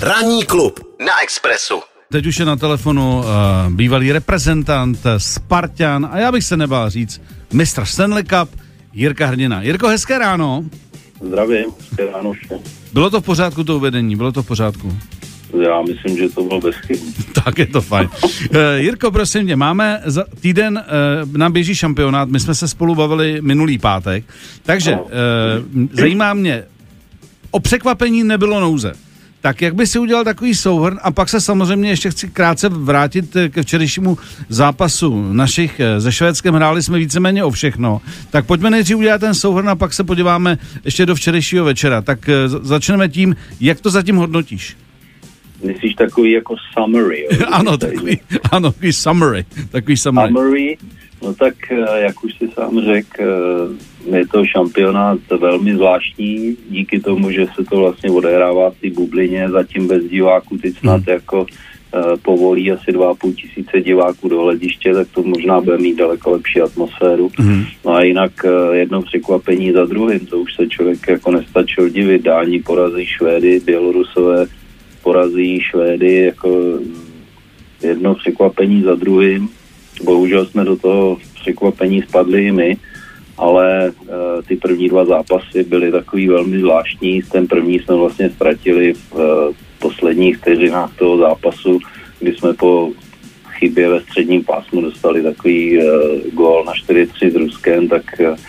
Ranní klub na Expressu. Teď už je na telefonu bývalý reprezentant Spartan a já bych se nebál říct mistr Stanley Cup Jirka Hrdina. Jirko, hezké ráno. Zdravím, hezké ráno všem. Bylo to v pořádku to uvedení, bylo to v pořádku? Já myslím, že to bylo bezchybné. Tak je to fajn. Jirko, prosím tě, máme za týden, nám běží šampionát, my jsme se spolu bavili minulý pátek, takže zajímá mě, o překvapení nebylo nouze. Tak jak by si udělal takový souhrn a pak se samozřejmě ještě chci krátce vrátit ke včerejšímu zápasu našich se Švédskem, hráli jsme víceméně o všechno. Tak pojďme nejdřív udělat ten souhrn a pak se podíváme ještě do včerejšího večera. Tak začneme tím, jak to zatím hodnotíš? Myslíš takový jako summary? Ano, takový summary. Summary, no tak jak už si sám řekl, je to šampionát velmi zvláštní, díky tomu, že se to vlastně odehrává v té bublině, zatím bez diváků, teď snad jako povolí asi 2,5 tisíce diváků do hlediště, tak to možná bude mít daleko lepší atmosféru. No a jinak jedno překvapení za druhým, to už se člověk jako nestačil divit, Dáni porazí Švédy, Bělorusové porazí Švédy, jako jedno překvapení za druhým. Bohužel jsme do toho překvapení spadli i my, ale ty první dva zápasy byly takový velmi zvláštní. Ten první jsme vlastně ztratili v posledních vteřinách toho zápasu, kdy jsme po chybě ve středním pásmu dostali takový gól na 4-3 s Ruskem, tak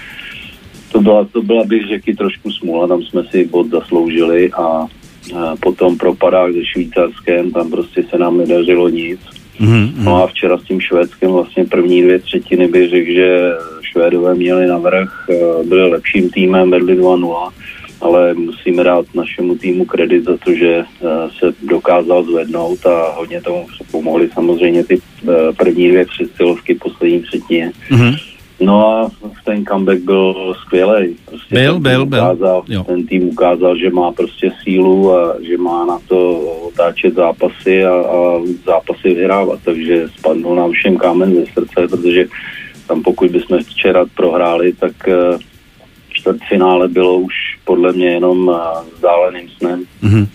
to byla bych řekl trošku smůla, tam jsme si bod zasloužili a potom propadák se Švýcarskem, tam prostě se nám nedařilo nic. No a včera s tím Švédskem vlastně první 2/3 bych řekl, že Švédové měli navrch, byli lepším týmem, vedli 2-0, ale musíme dát našemu týmu kredit za to, že se dokázal zvednout a hodně tomu pomohli samozřejmě ty první 2 přesilovky poslední třetině. No a ten comeback byl skvělej. Prostě ten tým ukázal, že má prostě sílu a že má na to otáčet zápasy a zápasy vyhrávat, takže spadnul nám všem kámen ze srdce, protože tam pokud bychom včera prohráli, tak čtvrtfinále bylo už podle mě jenom vzdáleným snem.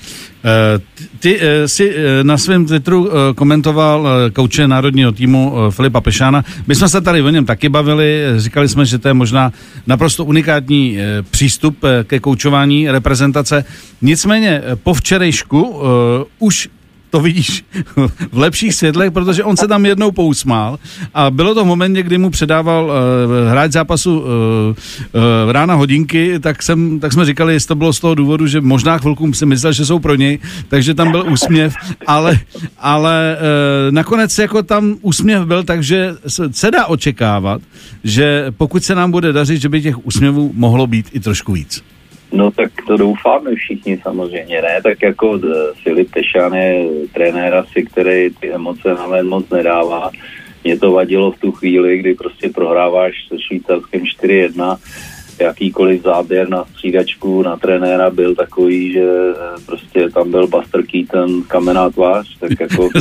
Ty si na svém Twitteru komentoval kouče národního týmu Filipa Pešána. My jsme se tady o něm taky bavili, říkali jsme, že to je možná naprosto unikátní přístup ke koučování reprezentace. Nicméně po včerejšku už to vidíš v lepších světlech, protože on se tam jednou pousmál a bylo to v momentě, kdy mu předával hráč zápasu rána hodinky, tak jsme říkali, jestli to bylo z toho důvodu, že možná chvilku si myslel, že jsou pro něj, takže tam byl úsměv, ale nakonec jako tam úsměv byl, takže se dá očekávat, že pokud se nám bude dařit, že by těch úsměvů mohlo být i trošku víc. No tak to doufáme všichni samozřejmě, ne? Tak jako Filip Pešán je trenér asi, který ty emoce na ven moc nedává. Mě to vadilo v tu chvíli, kdy prostě prohráváš se Švýcarskem 4-1. Jakýkoliv záběr na střídačku na trenéra byl takový, že prostě tam byl Buster Keaton, kamenná tvář, tak jako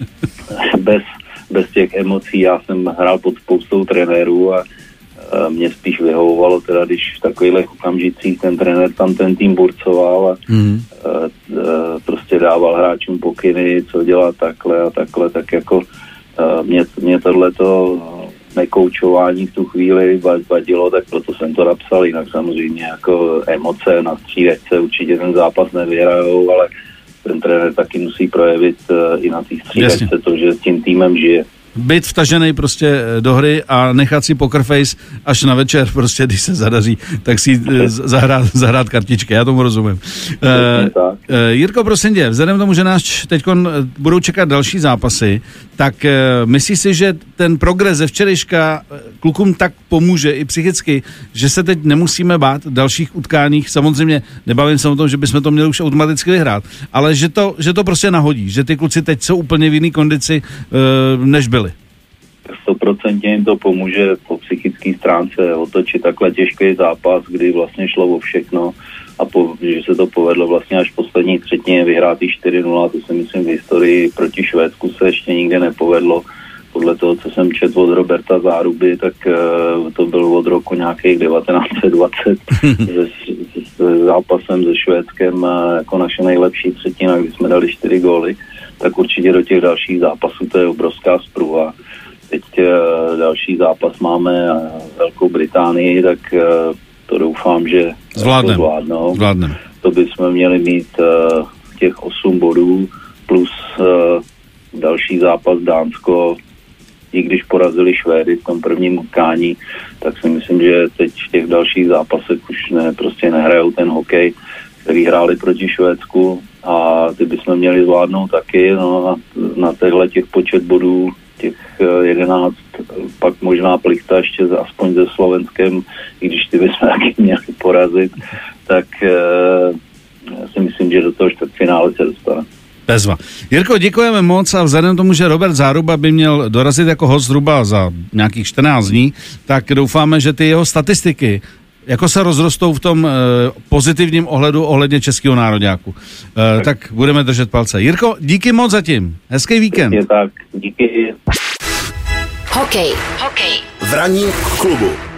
bez těch emocí. Já jsem hrál pod spoustou trenérů a mě spíš vyhovovalo teda, když v takových okamžicích ten trenér tam ten tým burcoval a prostě dával hráčům pokyny, co dělat takhle a takhle, tak jako mě tohleto nekoučování v tu chvíli vadilo, tak proto jsem to napsal, jinak samozřejmě jako emoce na střídačce určitě ten zápas nevyhrajou, ale ten trenér taky musí projevit i na té střídačce to, že s tím týmem žije. Být vtažený prostě do hry a nechat si poker face až na večer, prostě když se zadaří, tak si zahrát kartičky, já tomu rozumím. Jirko, prosím tě, vzhledem k tomu, že nás teď budou čekat další zápasy, tak myslíš si, že ten progres ze včerejška klukům tak pomůže i psychicky, že se teď nemusíme bát dalších utkáních, samozřejmě nebavím se o tom, že bychom to měli už automaticky vyhrát, ale že to prostě nahodí, že ty kluci teď jsou úplně v jiný kondici, než byli. 100% jim to pomůže po psychické stránce otočit takhle těžký zápas, kdy vlastně šlo o všechno a že se to povedlo vlastně až v poslední třetině vyhrát 4-0, to si myslím v historii proti Švédsku se ještě nikdy nepovedlo podle toho, co jsem četl od Roberta Záruby, tak to bylo od roku nějakých 1920 s zápasem se Švédskem jako naše nejlepší třetina, kdy jsme dali 4 góly, tak určitě do těch dalších zápasů to je obrovská spruha. Teď další zápas máme Velkou Británii, tak to doufám, že zvládnou. To bychom měli mít těch 8 bodů plus další zápas Dánsko, i když porazili Švédy v tom prvním utkání, tak si myslím, že teď v těch dalších zápasech už prostě nehrajou ten hokej, který hráli proti Švédsku a ty bychom měli zvládnout taky, no na těchto těch počet bodů, těch 11, pak možná plichta ještě aspoň se Slovenskem, i když ty bychom taky měli porazit, tak já si myslím, že do toho čtvrtfinále se dostane. Bezva. Jirko, děkujeme moc a vzhledem tomu, že Robert Záruba by měl dorazit jako host zhruba za nějakých 14 dní, tak doufáme, že ty jeho statistiky jako se rozrostou v tom pozitivním ohledu ohledně českého nároďáku. Tak budeme držet palce. Jirko, díky moc zatím. Hezký víkend. Je tak, díky. Hokej. V ranní klubu.